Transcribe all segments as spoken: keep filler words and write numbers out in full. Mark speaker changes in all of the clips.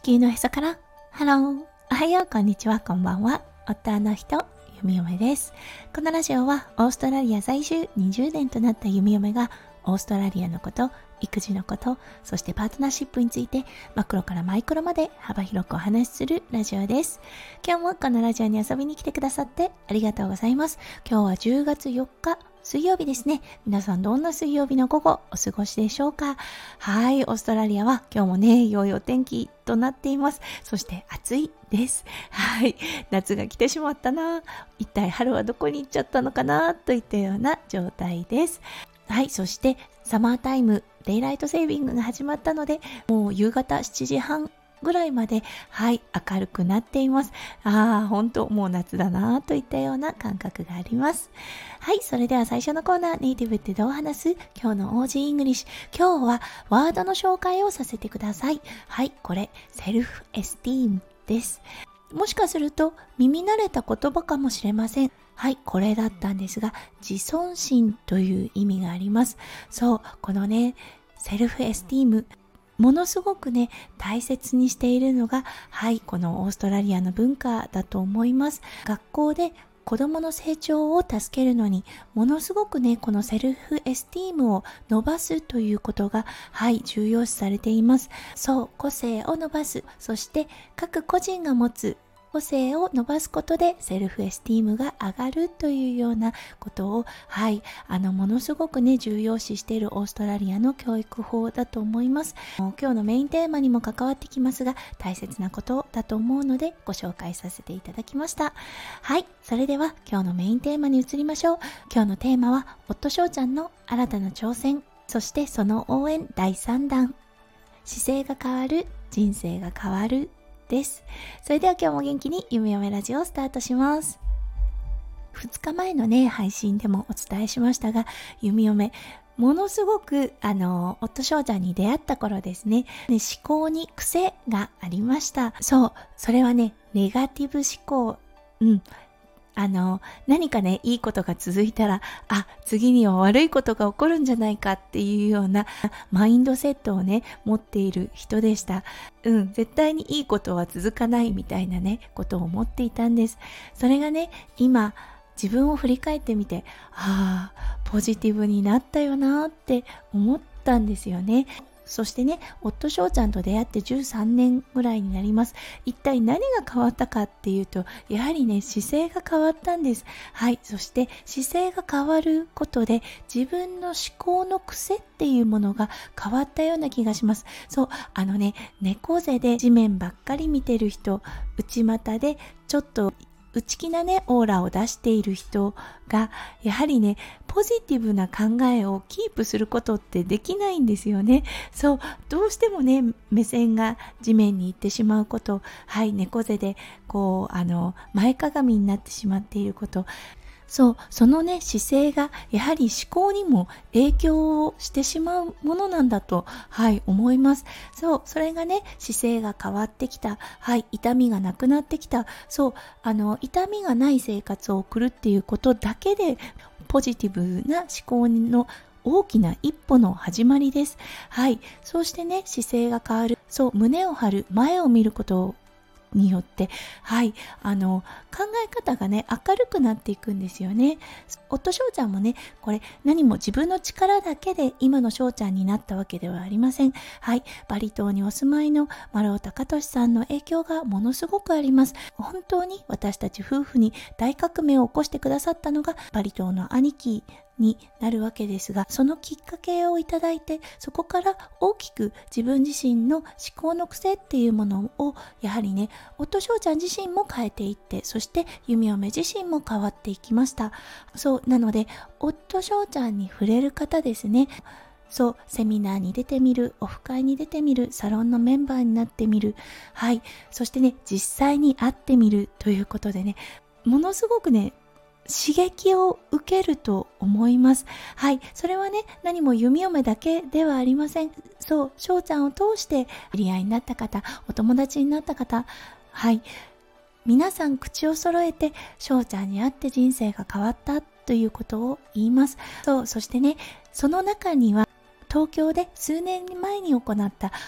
Speaker 1: 球のへそからハロー、おはよう、こんにちは、こんばんは。夫の人、弓嫁です。このラジオはオーストラリア在住にじゅうねんとなった弓嫁がオーストラリアのこと、育児のこと、そしてパートナーシップについてマクロからマイクロまで幅広くお話しするラジオです。今日もこのラジオに遊びに来てくださってありがとうございます。今日はじゅうがつよっか水曜日ですね。皆さんどんな水曜日の午後お過ごしでしょうか。はい、オーストラリアは今日もね、良いお天気となっています。そして暑いです。はい、夏が来てしまったな。一体春はどこに行っちゃったのかなといったような状態です。はい、そしてサマータイム、デイライトセービングが始まったので、もう夕方しちじはんぐらいまで、はい、明るくなっています。ああ、本当もう夏だなといったような感覚があります。はい、それでは最初のコーナー、ネイティブってどう話す？今日の オージー イングリッシュ。今日はワードの紹介をさせてください。はい、これ、セルフエスティームです。もしかすると耳慣れた言葉かもしれません。はい、これだったんですが、自尊心という意味があります。そう、このね、セルフエスティーム、ものすごくね、大切にしているのが、はい、このオーストラリアの文化だと思います。学校で子供の成長を助けるのに、ものすごくね、このセルフエスティームを伸ばすということが、はい、重要視されています。そう、個性を伸ばす、そして各個人が持つ個性を伸ばすことでセルフエスティームが上がるというようなことを、はい、あのものすごくね重要視しているオーストラリアの教育法だと思います。今日のメインテーマにも関わってきますが、大切なことだと思うのでご紹介させていただきました。はい、それでは今日のメインテーマに移りましょう。今日のテーマは夫翔ちゃんの新たな挑戦、そしてその応援だいさんだん、姿勢が変わる、人生が変わるです。それでは今日も元気に弓嫁ラジオをスタートします。ふつかまえのね配信でもお伝えしましたが、弓嫁ものすごくあの夫翔ちゃんに出会った頃ですね、ね思考に癖がありました。そう、それはねネガティブ思考。うんあの何かねいいことが続いたら、あ、次には悪いことが起こるんじゃないかっていうようなマインドセットをね持っている人でした。うん絶対にいいことは続かないみたいなねことを思っていたんです。それがね今自分を振り返ってみて、ああポジティブになったよなって思ったんですよね。そしてね、夫翔ちゃんと出会ってじゅうさんねんぐらいになります。一体何が変わったかっていうと、やはりね、姿勢が変わったんです。はい。そして姿勢が変わることで、自分の思考の癖っていうものが変わったような気がします。そう、あのね、猫背で地面ばっかり見てる人、内股でちょっと内気なねオーラを出している人がやはりねポジティブな考えをキープすることってできないんですよね。そうどうしてもね目線が地面に行ってしまうこと、はい猫背でこうあの前かがみになってしまっていること、そうそのね姿勢がやはり思考にも影響をしてしまうものなんだと、はい思います。そうそれがね姿勢が変わってきた、はい痛みがなくなってきた、そうあの痛みがない生活を送るっていうことだけでポジティブな思考の大きな一歩の始まりです。はいそうしてね姿勢が変わる、そう胸を張る、前を見ることをによって、はい、あの考え方がね明るくなっていくんですよね。夫翔ちゃんもねこれ何も自分の力だけで今の翔ちゃんになったわけではありません。はい、バリ島にお住まいの丸尾隆俊さんの影響がものすごくあります。本当に私たち夫婦に大革命を起こしてくださったのがバリ島の兄貴になるわけですが、そのきっかけをいただいて、そこから大きく自分自身の思考の癖っていうものをやはりね夫翔ちゃん自身も変えていって、そして弓嫁自身も変わっていきました。そうなので夫翔ちゃんに触れる方ですね、そうセミナーに出てみる、オフ会に出てみる、サロンのメンバーになってみる、はいそしてね実際に会ってみるということでね、ものすごくね刺激を受けると思います。はい、それはね何も弓嫁だけではありません。そう翔ちゃんを通して知り合いになった方、お友達になった方、はい皆さん口を揃えて翔ちゃんに会って人生が変わったということを言います。そうそしてねその中には東京で数年前に行った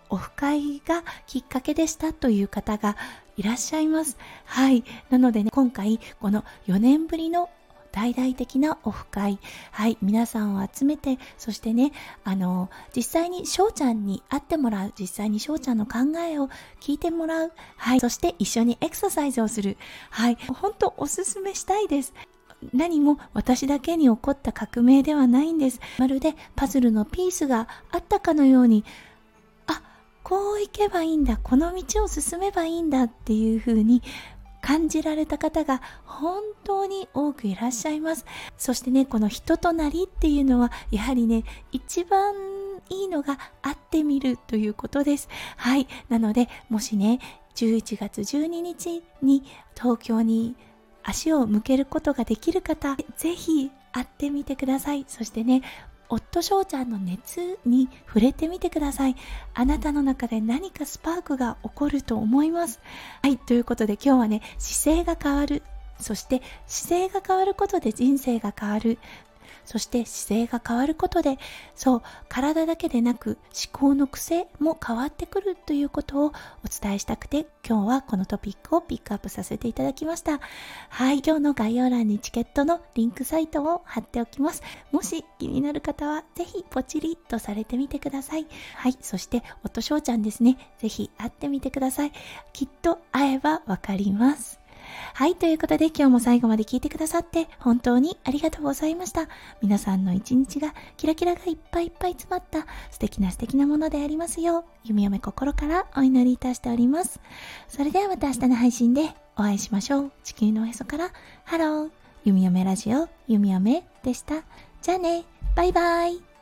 Speaker 1: オフ会がきっかけでしたという方がいらっしゃいます。はい。なのでね、今回このよねんぶりの大々的なオフ会、はい、皆さんを集めて、そしてね、あの実際にしょうちゃんに会ってもらう、実際にしょうちゃんの考えを聞いてもらう、はい、そして一緒にエクササイズをする、はい、本当おすすめしたいです。何も私だけに起こった革命ではないんです。まるでパズルのピースがあったかのように、あ、こう行けばいいんだ、この道を進めばいいんだっていう風に感じられた方が本当に多くいらっしゃいます。そしてね、この人となりっていうのはやはりね、一番いいのが会ってみるということです。はい。なので、もしね、じゅういちがつじゅうににちに東京に足を向けることができる方、ぜひ会ってみてください。そしてね、夫翔ちゃんの熱に触れてみてください。あなたの中で何かスパークが起こると思います。はい、ということで今日はね、姿勢が変わる。そして姿勢が変わることで人生が変わる。そして姿勢が変わることで、そう、体だけでなく思考の癖も変わってくるということをお伝えしたくて、今日はこのトピックをピックアップさせていただきました。はい、今日の概要欄にチケットのリンクサイトを貼っておきます。もし気になる方はぜひポチリとされてみてください。はい、そして夫翔ちゃんですね、ぜひ会ってみてください。きっと会えばわかります。はい、ということで今日も最後まで聞いてくださって本当にありがとうございました。皆さんの一日がキラキラがいっぱいいっぱい詰まった素敵な素敵なものでありますよう、弓嫁心からお祈りいたしております。それではまた明日の配信でお会いしましょう。地球のおへそからハロー、弓嫁ラジオ弓嫁でした。じゃあね、バイバイ。